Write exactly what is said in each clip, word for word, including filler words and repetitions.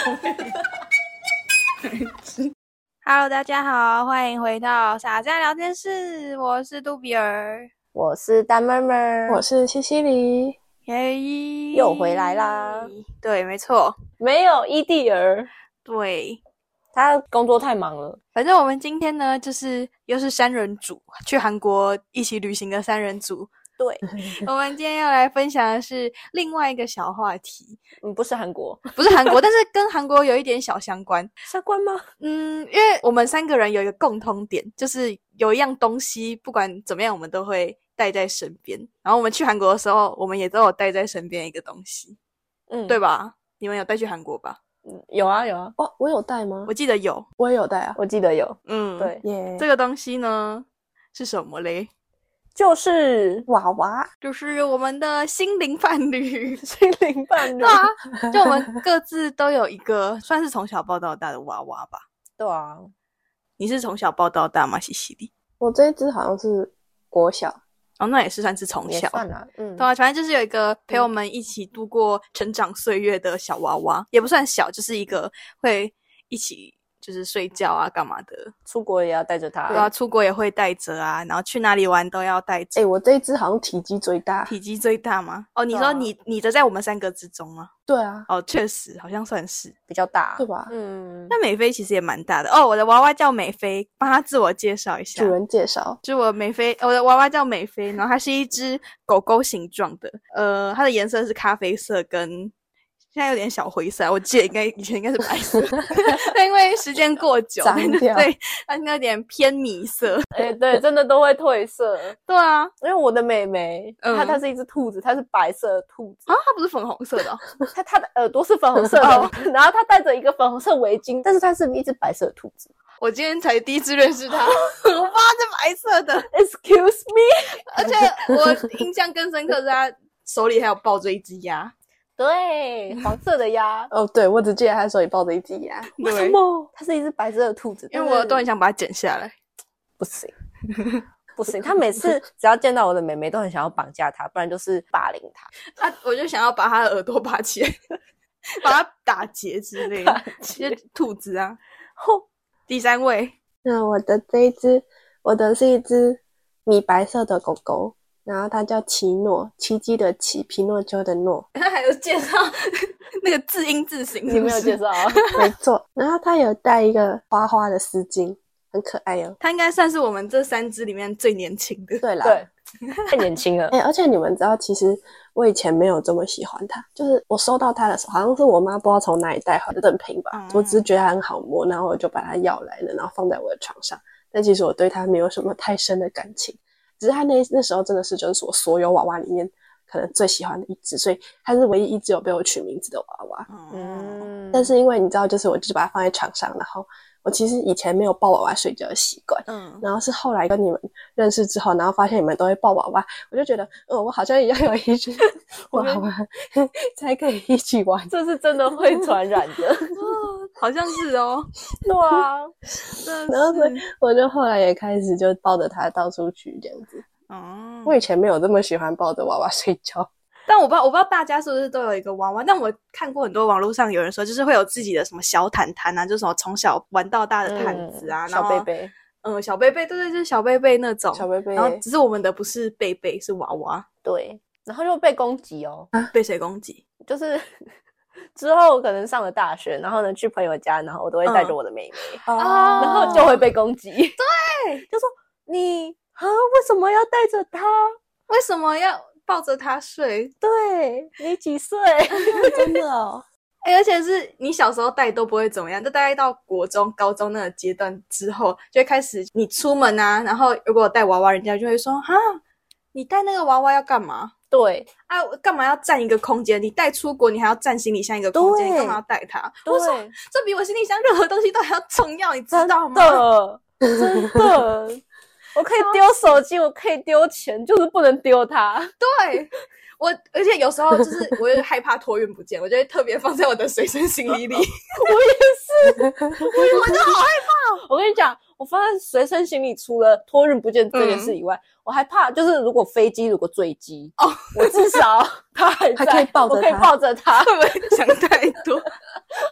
Hello， 大家好，欢迎回到傻站聊天室，我是杜比尔， 我是丹妹妹， 我是西西里， 耶， 又回来啦。 对，没错， 没有伊蒂儿， 对， 他工作太忙了。 反正我们今天呢，就是又是三人组，去韩国一起旅行的三人组。 对， 我们今天要来分享的是另外一个小话题， 嗯，不是韩国， 不是韩国，但是跟韩国有一点小相关。 相关吗？ 嗯，因为我们三个人有一个共通点，就是有一样东西，不管怎么样，我们都会带在身边。然后我们去韩国的时候，我们也都有带在身边一个东西，嗯，对吧？你们有带去韩国吧？ 嗯，有啊有啊。 哦，我有带吗？ 我记得有， 我也有带啊， 我记得有。 嗯， 对， 耶、 这个东西呢是什么嘞？ 就是娃娃， 就是我们的心灵伴侣， 心灵伴侣。 对啊，就我们各自都有一个算是从小抱到大的娃娃吧。 对啊， 你是从小抱到大吗？西西里？ 我这一只好像是国小， 哦，那也是算是从小， 也算啦，嗯， 对啊，反正就是有一个陪我们一起度过成长岁月的小娃娃，嗯、也不算小，就是一个会一起就是睡觉啊干嘛的， 出国也要带着它， 对啊，出国也会带着啊，然后去哪里玩都要带着。 诶、欸、我这一只好像体积最大， 体积最大吗？哦，你说你、啊、你的在我们三个之中吗？ 对啊， 哦，确实好像算是比较大， 对吧？ 嗯， 那美菲其实也蛮大的哦。我的娃娃叫美菲，帮她自我介绍一下。 主人介绍， 就我美菲，我的娃娃叫美菲，然后它是一只狗狗形状的，呃，它的颜色是咖啡色跟。现在有点小灰色，我记得应该以前应该是白色，但因为时间过久，对，它有点偏米色。 哎、欸，对，真的都会褪色。 对啊， 因为我的妹妹，嗯、她她是一只兔子，它是白色的兔子啊，它不是粉红色的、哦， 它它的耳朵是粉红色的，哦、然后它戴着一个粉红色围巾，但是它是一只白色的兔子。 我今天才第一次认识它，我不知道是白色的 ，Excuse me， 而且我印象更深刻是它手里还有抱着一只鸭。 对，黄色的鸭。 哦，对，我只记得他手里抱着一只鸭。 为什么？它是一只白色的兔子， 因为我都很想把它剪下来。 不行，不行。他每次只要见到我的妹妹，都很想要绑架她，不然就是霸凌她。 啊，我就想要把她的耳朵拔起来，把它打结之类的。就兔子啊。第三位， 那我的这一只，我的是一只米白色的狗狗。然后它叫奇诺，奇迹的奇，皮诺丘的诺。 他还有介绍那个字音字形， 你没有介绍啊？ 没错。然后它有带一个花花的丝巾，很可爱哦。 它应该算是我们这三只里面最年轻的。 对啦， 对，太年轻了。 哎、欸，而且你们知道，其实我以前没有这么喜欢它，就是我收到它的时候，好像是我妈不知道从哪里带回来的赠品吧。嗯、我只是觉得它很好摸，然后我就把它要来了，然后放在我的床上。但其实我对它没有什么太深的感情。只是他那那时候真的是就是我所有娃娃里面可能最喜欢的一只，所以他是唯一一只有被我取名字的娃娃。嗯，但是因为你知道，就是我就是把它放在床上，然后我其实以前没有抱娃娃睡觉的习惯，嗯，然后是后来跟你们认识之后，然后发现你们都会抱娃娃，我就觉得，呃，我好像也要有一只娃娃才可以一起玩， 这是真的会传染的。 好像是哦， 对啊， 然后所以我就后来也开始就抱着它到处去这样子。哦，我以前没有这么喜欢抱着娃娃睡觉， 但我不知道我不知道大家是不是都有一个娃娃，但我看过很多网络上有人说，就是会有自己的什么小毯毯啊，就是什么从小玩到大的毯子啊， 嗯、小贝贝， 嗯，小贝贝，对对，就是小贝贝那种小贝贝， 然后只是我们的不是贝贝，是娃娃， 对，然后就被攻击哦， 啊、被谁攻击？ 就是之后可能上了大学，然后呢去朋友家，然后我都会带着我的妹妹，嗯、然后就会被攻击。 对， 就说你啊，为什么要带着她？ 为什么要抱着她睡？ 对，你几岁？ 真的哦。 欸、而且是你小时候带都不会怎么样，就大概到国中、高中那个阶段之后，就会开始你出门啊，然后如果带娃娃，人家就会说哈，你带那个娃娃要干嘛？ 对啊，干嘛要占一个空间？你带出国，你还要占行李箱一个空间，你干嘛要带它？我说这比我行李箱任何东西都还要重要，你知道吗？ 真的，真的，我可以丢手机，我可以丢钱，就是不能丢它。 对。我而且有时候就是我就害怕托运不见，我就会特别放在我的随身行李里。我也是，我我就好害怕。我跟你讲，我放在随身行李，除了托运不见这件事以外，嗯、我还怕就是如果飞机如果坠机，哦，我至少它还在， 还可以抱着它， 我可以抱着它， 会不会想太多？ 我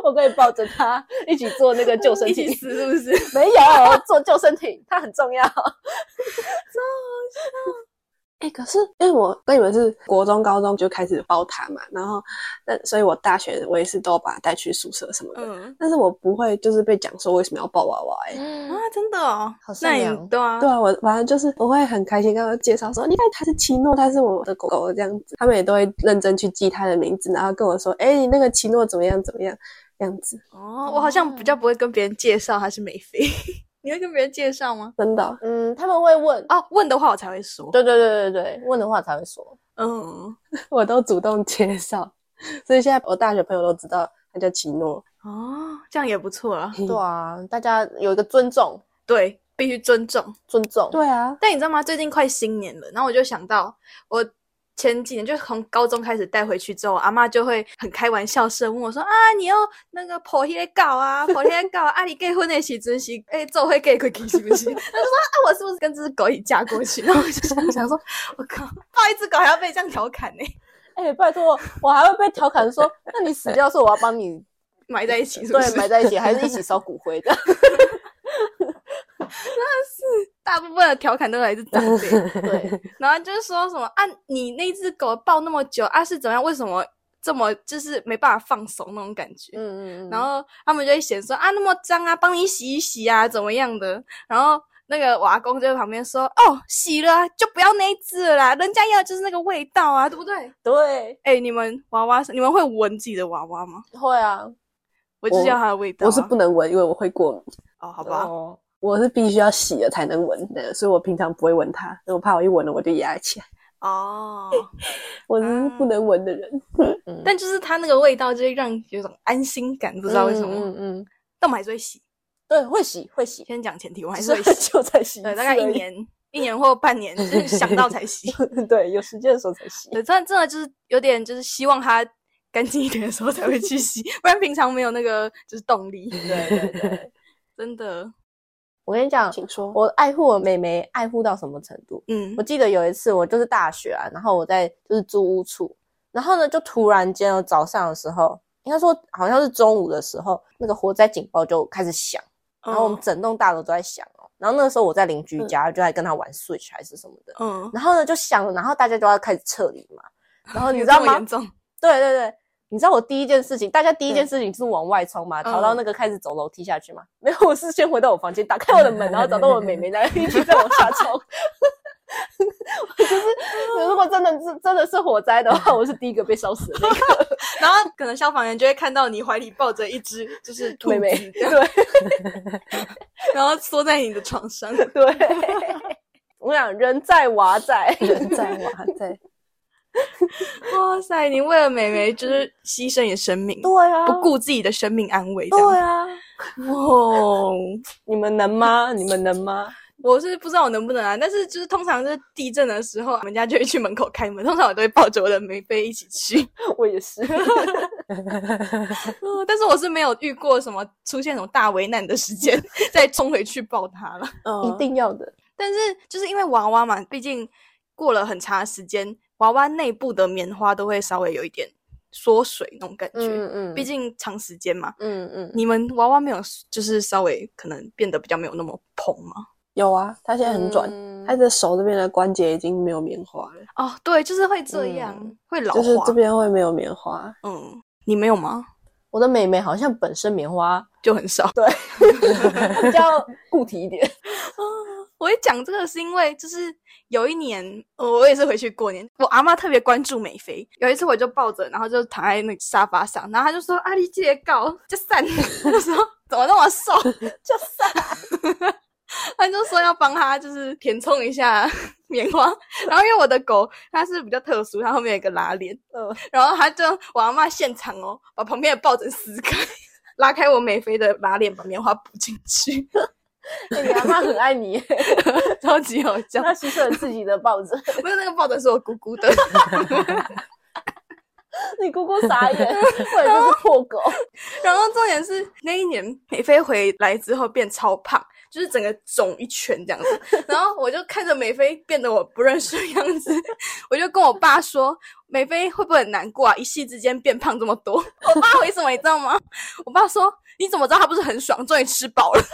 我可以抱着他一起做那个救生艇， 一起死是不是？ 没有做救生艇，它很重要。超好笑。哎、欸，可是因为我跟你们是国中、高中就开始抱他嘛，然后那所以我大学我也是都把他带去宿舍什么的，嗯，但是我不会就是被讲说为什么要抱娃娃哎、欸嗯、啊，真的哦， 好善良， 对啊， 对啊，我反正就是我会很开心跟他介绍说，你看他是奇诺，他是我的狗狗这样子，他们也都会认真去记他的名字，然后跟我说，哎、欸，你那个奇诺怎么样怎么样这样子。 哦，我好像比较不会跟别人介绍他是美菲。你会跟别人介绍吗？ 真的、哦？ 嗯，他们会问哦，问的话我才会说。 对对对对对，问的话才会说。 嗯， 我都主动介绍，所以现在我大学朋友都知道他叫奇诺。 哦，这样也不错啊。 对啊，大家有一个尊重， 对，必须尊重， 尊重。 对啊， 但你知道吗？最近快新年了，然后我就想到我。前几年就是从高中开始带回去之后，阿嬷就会很开玩笑式问我说：“啊，你要那个抱那个狗啊，抱那个狗啊，你结婚的时阵是哎做会给回去是不是？”他就说：“啊，我是不是跟这只狗一起嫁过去？”然后我就想想说：“我靠，抱一只狗还要被这样调侃呢、欸？ 哎、欸，拜托，我还会被调侃说，那你死掉的时候我要帮你埋在一起是不是？ 对，埋在一起，还是一起烧骨灰的？” 真的是大部分的调侃都来自长辈， 对， 然后就是说什么啊，你那只狗抱那么久啊，是怎么样？为什么这么就是没办法放手那种感觉？嗯嗯嗯。然后他们就会嫌说啊，那么脏啊，帮你洗一洗啊，怎么样的？然后那个我阿公就在旁边说，哦，洗了啊，就不要那一只了啦，人家要就是那个味道啊，对不对？ 对。 哎、欸，你们娃娃，你们会闻自己的娃娃吗？ 会啊， 我就是要它的味道、啊。 我是不能闻，因为我会过敏。 哦，好吧。 哦，我是必须要洗了才能闻的，所以我平常不会闻它，因为我怕我一闻了我就压起来。 哦， 我是不能闻的人。 嗯、但就是它那个味道就会让有种安心感，不知道为什么。嗯 嗯, 嗯。但我们还是会洗。 对，会洗会洗。 先讲前提，我还是会洗， 就才洗。 对，大概一年一年或半年，就是想到才洗。 对，有时间的时候才洗。 对，真的真的就是有点就是希望它干净一点的时候才会去洗，不然平常没有那个就是动力。 对对对， 真的。 我跟你讲， 请说， 我爱护我妹妹爱护到什么程度？嗯，我记得有一次我就是大学啊，然后我在就是租屋处，然后呢就突然间哦早上的时候，应该说好像是中午的时候，那个火灾警报就开始响，然后我们整栋大楼都在响哦。然后那个时候我在邻居家，嗯、就在跟他玩 Switch 还是什么的，嗯，然后呢就响了，然后大家就要开始撤离嘛，然后你知道吗？ 严重？ 对对对。你知道我第一件事情，大家第一件事情是往外冲嘛，逃到那个开始走楼梯下去嘛？嗯、没有，我是先回到我房间，打开我的门，然后找到我妹妹，然后一起再往下冲。就是如果真的是真的是火灾的话，我是第一个被烧死的那个。 然后可能消防员就会看到你怀里抱着一只就是兔子， 妹妹对， 然后缩在你的床上。 对，我想人在娃在， 人在娃在。 哇塞！你为了妹妹就是牺牲你的生命， 对啊， 不顾自己的生命安危， 对啊， 哇！ 你们能吗？你们能吗？ 我是不知道我能不能啊，但是就是通常就是地震的时候，我们家就会去门口开门，通常我都会抱着我的妹妹一起去。 我也是， 但是我是没有遇过什么出现什么大危难的时间，再冲回去抱她了。 嗯，一定要的。 但是就是因为娃娃嘛，毕竟过了很长的时间。娃娃内部的棉花都会稍微有一点缩水那种感觉，嗯嗯，毕竟长时间嘛，嗯嗯。你们娃娃没有就是稍微可能变得比较没有那么蓬吗？ 有啊，他现在很软，嗯、他的手这边的关节已经没有棉花了。 哦，对，就是会这样，嗯、会老化， 就是这边会没有棉花。 嗯，你没有吗？ 我的妹妹好像本身棉花就很少， 对，比较固体一点。 我会讲这个是因为就是有一年，呃，我也是回去过年，我阿嬷特别关注美菲。有一次我就抱着，然后就躺在那个沙发上，然后她就说：“啊，你这个狗就散。”我说：“怎么那么瘦？就散。”他就说要帮他就是填充一下棉花，然后因为我的狗它是比较特殊，它后面有一个拉链，嗯，然后他就我阿嬷现场哦，把旁边的抱枕撕开，拉开我美菲的拉链，把棉花补进去。 欸、你阿嬷很爱你， 超级好笑。 她牺牲了自己的抱枕， 不是那个抱枕是我姑姑的。 你姑姑傻眼，或者就是破狗。 然后重点是那一年美菲回来之后变超胖， 就是整个肿一圈这样子。然后我就看着美菲变得我不认识的样子，我就跟我爸说，美菲会不会很难过啊？一夕之间变胖这么多。我爸回什么你知道吗？我爸说，你怎么知道他不是很爽，终于吃饱了。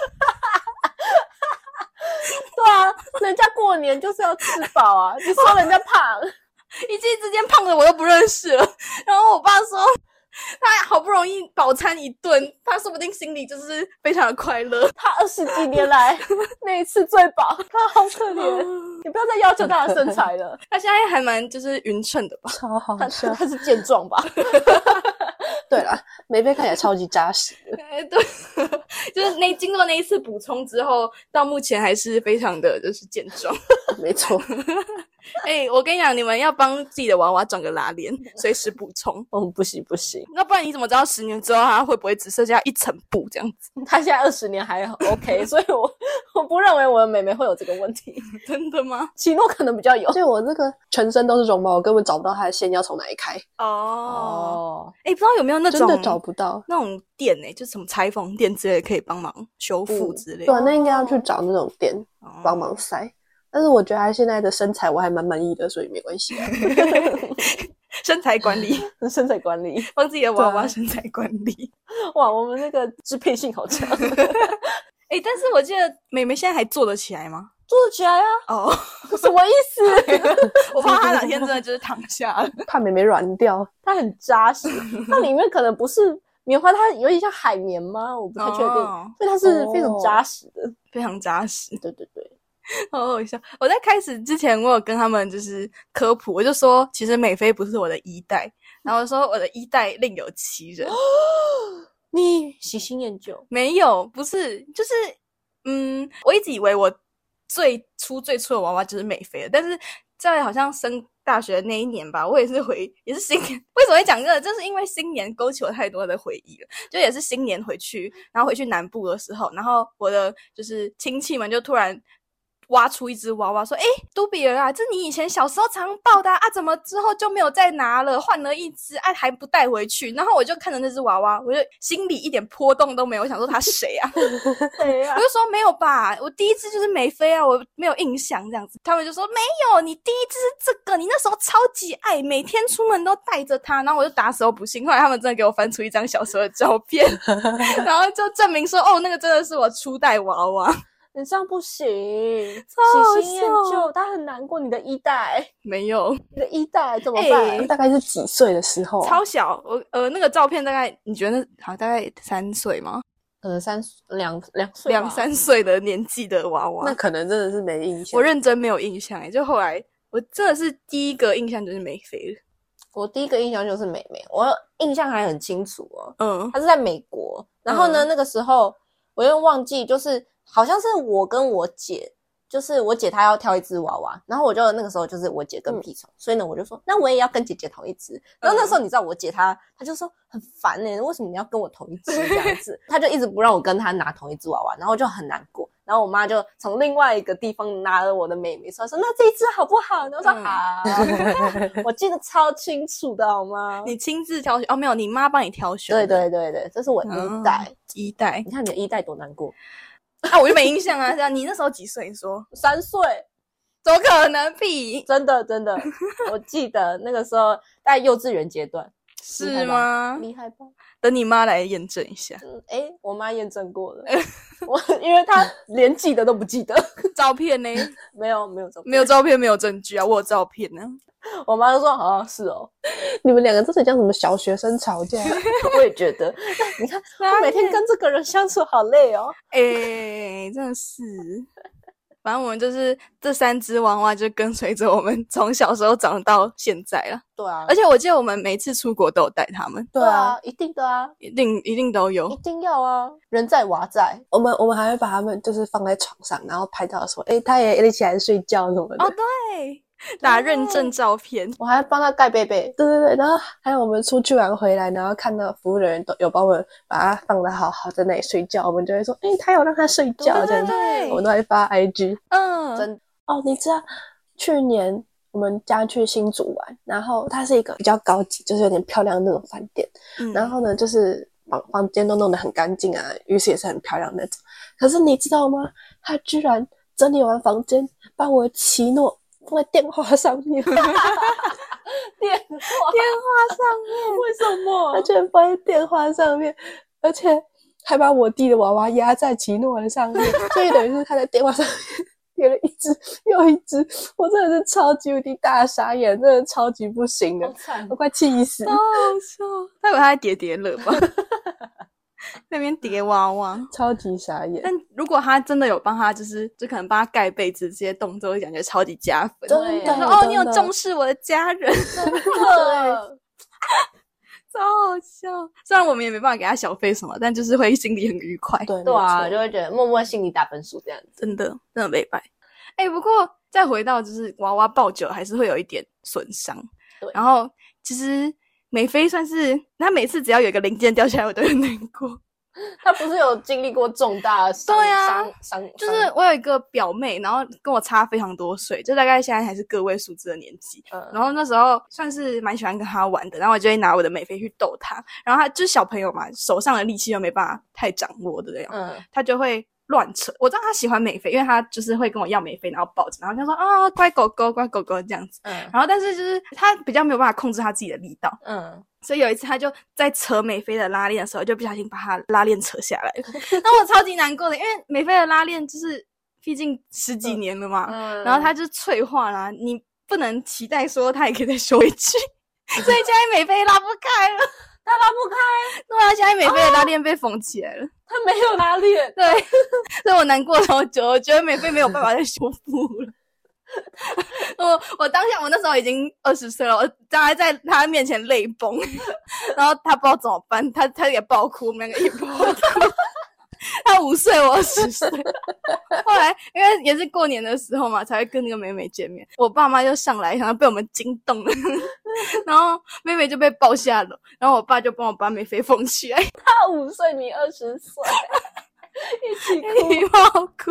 对啊，人家过年就是要吃饱啊，你说人家胖， 一夕之间胖的我都不认识了。然后我爸说，他好不容易饱餐一顿，他说不定心里就是非常的快乐。 他二十几年来那一次最饱，他好可怜。你不要再要求他的身材了。 他现在还蛮就是匀称的吧， 超好笑。 他, 他是健壮吧？ 对了，美菲看起来超级扎实的。 对，就是那经过那一次补充之后，到目前还是非常的就是健壮。 没错。 哎、欸，我跟你讲，你们要帮自己的娃娃长个拉链，随时补充。 嗯，不行不行， 那不然你怎么知道十年之后他会不会只剩下一层布这样子？ 他现在二十年还 OK， 所以我我不认为我的妹妹会有这个问题。 真的吗？ 奇诺可能比较有， 所以我这个全身都是绒毛，我根本找不到它的线要从哪里开。 哦，哎、欸，不知道有没有那种真的找不到那种店哎、欸，就什么裁缝店之类的可以帮忙修复之类的。 对，那应该要去找那种店帮忙塞。但是我觉得他现在的身材我还蛮满意的，所以没关系啊。 身材管理， 身材管理， 帮自己的娃娃身材管理。 哇，我们那个支配性好强。 哎、欸，但是我记得妹妹现在还做得起来吗？ 做得起来啊。 哦， 什么意思？ 我怕她哪天真的就是躺下了， 怕妹妹软掉。 它很扎实，它里面可能不是棉花，它有点像海绵吗？我不太确定，哦、所以它是非常扎实的， 哦、非常扎实。 对对对。 好好笑！我在开始之前，我有跟他们就是科普，我就说其实美菲不是我的一代，然后说我的一代另有其人。 你喜新厌旧？ 没有，不是，就是嗯，我一直以为我最初最初的娃娃就是美菲的，但是在好像升大学的那一年吧，我也是回也是新年。为什么会讲这个？就是因为新年勾起我太多的回忆了，就也是新年回去，然后回去南部的时候，然后我的就是亲戚们就突然挖出一只娃娃说，诶，杜比尔啊，这你以前小时候常抱的 啊, 啊怎么之后就没有再拿了，换了一只啊还不带回去。然后我就看着那只娃娃，我就心里一点波动都没有，我想说他谁啊？ 谁啊？ 我就说没有吧，我第一只就是美菲啊，我没有印象这样子。他们就说没有，你第一只是这个，你那时候超级爱，每天出门都带着它。然后我就打死都不信，后来他们真的给我翻出一张小时候的照片，然后就证明说哦，那个真的是我初代娃娃。 你这样不行， 超喜新厌旧，他很难过。你的一代没有， 你的一代怎么办？ 欸、大概是几岁的时候、啊？ 超小，我呃那个照片大概你觉得好大概三岁吗？ 可能三两两岁两三岁的年纪的娃娃， 那可能真的是没印象。 我认真没有印象诶，就后来我真的是第一个印象就是美菲了。 我第一个印象就是妹妹，我印象还很清楚哦。 嗯， 她是在美国，然后呢，嗯、那个时候我又忘记就是。好像是我跟我姐，就是我姐她要挑一只娃娃，然后我就那个时候就是我姐跟屁虫、嗯，所以呢我就说那我也要跟姐姐同一只。然后那时候你知道我姐她她就说很烦欸，为什么你要跟我同一只这样子？她就一直不让我跟她拿同一只娃娃，然后我就很难过。然后我妈就从另外一个地方拿了我的妹妹，说说那这一只好不好？然后我说好，嗯、我记得超清楚的好吗？ 你亲自挑选哦？没有，你妈帮你挑选。 对对对对，这是我一代、 嗯、一代。 你看你的一代多难过。 啊，我就没印象啊！这样，你那时候几岁？你说三岁？ 怎么可能？屁！ 真的真的，我记得那个时候在幼稚园阶段， 是吗？ 厉害吧？ 等你妈来验证一下。 嗯，哎、欸，我妈验证过了，我因为她连记得都不记得。 照片呢？ 没有没有照片， 没有照片，没有证据啊！我有照片呢。 我妈就说：“啊，是哦， 你们两个真的像什么小学生吵架？” 我也觉得，你看，我每天跟这个人相处好累哦。 哎、欸，真的是，反正我们就是这三只娃娃，就跟随着我们从小时候长到现在了。 对啊， 而且我记得我们每次出国都有带他们。 对啊，一定的啊， 一定一定都有， 一定要啊，人在娃在。 我们我们还会把他们就是放在床上，然后拍照说：“哎、欸，他也一起来睡觉什么的。” 哦，对。打认证照片， 我还帮他盖被被。 对对对，然后还有我们出去玩回来，然后看到服务人员都有帮我们把它放得好好，在那里睡觉，我们就会说：“哎、欸，他有让他睡觉。”这样子，我们都会发 I G。 嗯， 真哦，你知道去年我们家去新竹玩，然后它是一个比较高级，就是有点漂亮的那种饭店。嗯、然后呢，就是房房间都弄得很干净啊，浴室也是很漂亮的那种。可是你知道吗？他居然整理完房间，把我的奇诺放在电话上面。电话电话上面为什么？ 他居然放在电话上面，而且还把我弟的娃娃压在奇诺的上面，所以等于是他在电话上面叠了一只又一只，我真的是超级无敌大傻眼，真的超级不行的，我快气死。 好好笑，他以为他在叠叠乐吧？那边叠娃娃， 超级傻眼。 但如果他真的有帮他，就是就可能帮他盖被子这些动作，会感觉超级加分。 真的， 说哦，你有重视我的家人， 真的。 超好笑，虽然我们也没办法给他小费什么，但就是会心里很愉快。 对对啊，就会觉得默默心里打分数这样子。 真的真的没白。哎、欸，不过再回到就是娃娃抱久还是会有一点损伤。 对， 然后其实美菲算是他每次只要有一个零件掉下来，我都会难过。 他不是有经历过重大伤对啊伤伤， 就是我有一个表妹，然后跟我差非常多岁，就大概现在还是个位数字的年纪、嗯、然后那时候算是蛮喜欢跟她玩的，然后我就会拿我的美菲去逗她，然后她就是小朋友嘛，手上的力气又没办法太掌握的这样，嗯，她就会乱扯。我知道她喜欢美菲，因为她就是会跟我要美菲，然后抱着，然后就说啊、哦、乖狗狗乖狗狗这样子，嗯，然后但是就是她比较没有办法控制她自己的力道，嗯，所以有一次他就在扯美菲的拉链的时候，就不小心把他拉链扯下来了。那我超级难过的，因为美菲的拉链就是毕竟十几年了嘛，嗯、然后它就脆化啦，你不能期待说它也可以再修回去，所以现在美菲拉不开了， 他拉不开。 对啊，现在美菲的拉链被缝起来了， 他、哦、没有拉链， 对，所以我难过超久，我觉得美菲没有办法再修复了。我我当下我那时候已经二十岁了，我大概在他面前泪崩，然后他不知道怎么办，他他也爆哭，我们两个一爆哭。他五岁，我二十岁。后来因为也是过年的时候嘛，才会跟那个妹妹见面，我爸妈就上来，然后被我们惊动了，然后妹妹就被抱下楼，然后我爸就帮我把美菲缝起来。 他五岁，你二十岁。一起哭， 一爆哭，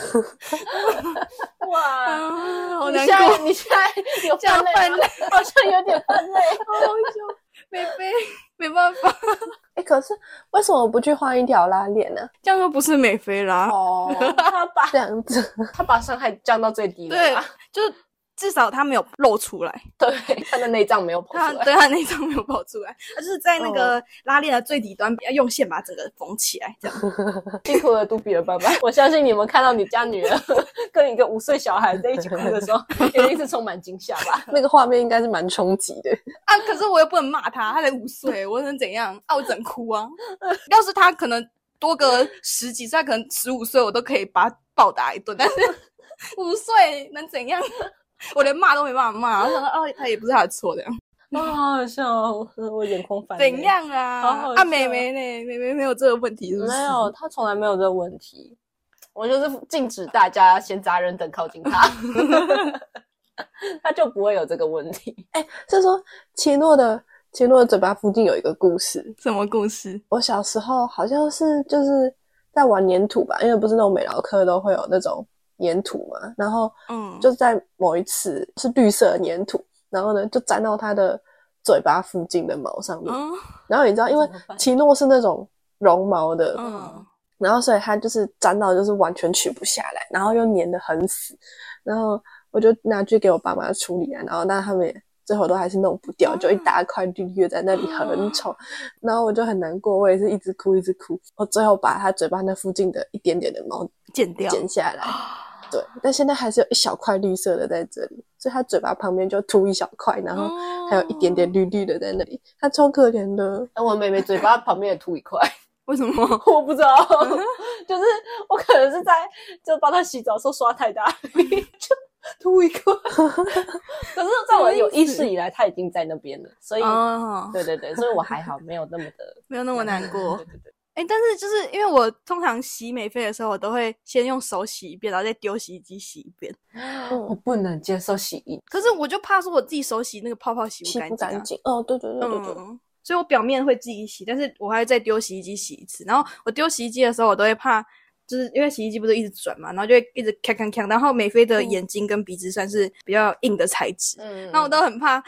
哇！ 啊、好难过。 你现在有这样泛泪， 好像有点泛泪， 好好笑。妹妹没办法。 哎、欸，可是为什么不去换一条拉链呢？ 这样又不是美菲啦。 哦，他把这样子， 他把伤害降到最低了。 对，就至少他没有露出来， 对，他的内脏没有跑出来， 他对他内脏没有跑出来，他就是在那个拉链的最底端，要用线把整个缝起来，这样。 辛苦了，杜比尔爸爸。我相信你们看到你家女儿跟一个五岁小孩在一起哭的时候，一定是充满惊吓吧？ 那个画面应该是蛮冲击的啊！可是我又不能骂他，他才五岁，我能怎样？啊，我整哭啊！要是他可能多个十几岁，他可能十五岁，我都可以把他暴打一顿，但是五岁能怎样？我连骂都没办法骂，我想说哦，他也不是他的错的。 啊，好好笑哦！我眼眶泛泪。 怎样啊？ 好好笑啊，妹妹呢？妹妹没有这个问题是不是？ 没有，她从来没有这个问题。我就是禁止大家闲杂人等靠近她，她就不会有这个问题。 哎、欸，是说奇诺的奇诺的嘴巴附近有一个故事。 什么故事？ 我小时候好像是就是在玩粘土吧，因为不是那种美劳课都会有那种粘土嘛，然后嗯，就在某一次是绿色的粘土，然后呢就粘到他的嘴巴附近的毛上面，嗯、然后你知道因为奇诺是那种绒毛的，嗯，然后所以他就是粘到就是完全取不下来，然后又粘得很死，然后我就拿去给我爸妈处理啊，然后但他们也最后都还是弄不掉，就一大块绿绿在那里很丑，然后我就很难过，我也是一直哭一直哭，我最后把他嘴巴那附近的一点点的毛剪掉剪下来，对，但现在还是有一小块绿色的在这里，所以他嘴巴旁边就凸一小块，然后还有一点点绿绿的在那里，他超可怜的。 那我妹妹嘴巴旁边也凸一块， 为什么？ 我不知道，就是我可能是在就帮她洗澡的时候刷太大就凸一块。可是在我有意识以来，她已经在那边了，所以、哦、对对对，所以我还好，没有那么的没有那么难过。 对对对。 哎，但是就是因为我通常洗美菲的时候，我都会先用手洗一遍，然后再丢洗衣机洗一遍。 我不能接受洗衣， 可是我就怕说我自己手洗那个泡泡洗不干净、啊， 洗不干净。哦，对对对对对、 嗯，所以我表面会自己洗，但是我还会再丢洗衣机洗一次。然后我丢洗衣机的时候，我都会怕，就是因为洗衣机不是一直转嘛，然后就会一直咔咔咔。然后美菲的眼睛跟鼻子算是比较硬的材质，嗯，然后我都很怕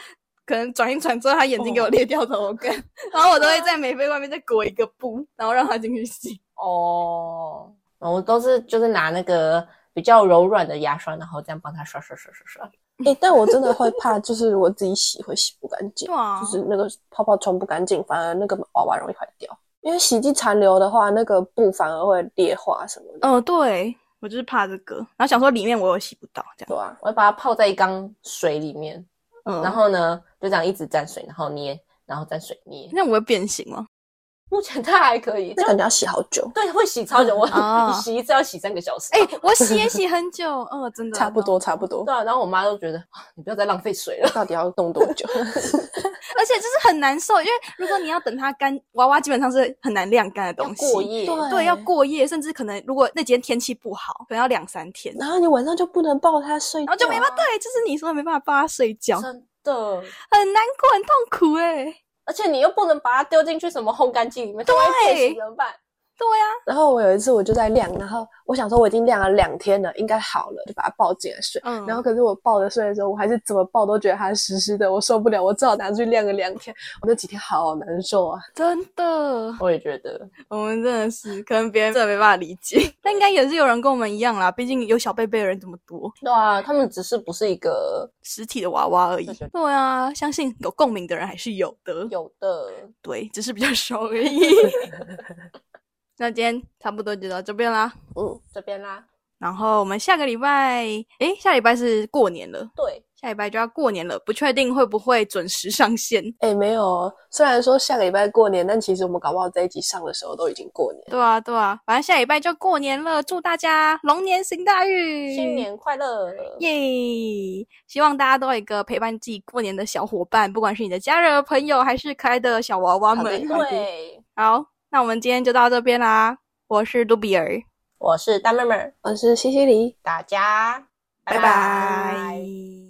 可能转一转之后，他眼睛给我裂掉头根，哦、然后我都会在美菲外面再裹一个布，然后让他进去洗。 哦，我都是就是拿那个比较柔软的牙刷，然后这样帮他刷刷刷刷刷。 哎、欸，但我真的会怕，就是我自己洗会洗不干净， 对啊， 就是那个泡泡冲不干净，反而那个娃娃容易坏掉。因为洗剂残留的话，那个布反而会裂化什么的。 哦、呃，对，我就是怕这个，然后想说里面我又洗不到，这样。 对啊，我会把它泡在一缸水里面，嗯，然后呢就这样一直沾水，然后捏，然后沾水捏。 那我会变形吗？ 目前它还可以， 那感觉要洗好久。 对，会洗超久。我、哦、你洗一次要洗三个小时。 哎、欸，我洗也洗很久，嗯，真的。 差不多，差不多。 对啊，然后我妈都觉得，你不要再浪费水了。 到底要冻多久？ 而且就是很难受，因为如果你要等它干，娃娃基本上是很难晾干的东西。 过夜， 对，对，要过夜，甚至可能如果那几天天气不好，可能要两三天。 然后你晚上就不能抱它睡觉， 然后就没办法，对，就是你说的没办法抱它睡觉， 真的很难过，很痛苦哎、欸。 而且你又不能把它丢进去什么烘干机里面， 对， 变形怎么办？ 对呀、啊。 然后我有一次我就在晾，然后我想说我已经晾了两天了，应该好了，就把它抱进来睡。嗯。然后可是我抱着睡的时候，我还是怎么抱都觉得它湿湿的，我受不了，我只好拿出去晾了两天。我那几天好难受啊！ 真的， 我也觉得， 我们真的是，可能别人真的没办法理解，但应该也是有人跟我们一样啦。毕竟有小贝贝的人这么多。 对啊，他们只是不是一个实体的娃娃而已。对, 对啊，相信有共鸣的人还是有的， 有的， 对，只是比较少而已。那今天差不多就到这边啦， 嗯，这边啦。 然后我们下个礼拜，诶，下礼拜是过年了， 对， 下礼拜就要过年了，不确定会不会准时上线。 诶，没有，虽然说下个礼拜过年，但其实我们搞不好这一集上的时候都已经过年。 对啊，对啊，反正下礼拜就过年了，祝大家龙年行大运， 新年快乐， 耶！希望大家都有一个陪伴自己过年的小伙伴，不管是你的家人、朋友，还是可爱的小娃娃们。 对， 好。那我们今天就到这边啦，我是杜比尔， 我是大妹妹， 我是西西里， 大家拜拜。拜拜。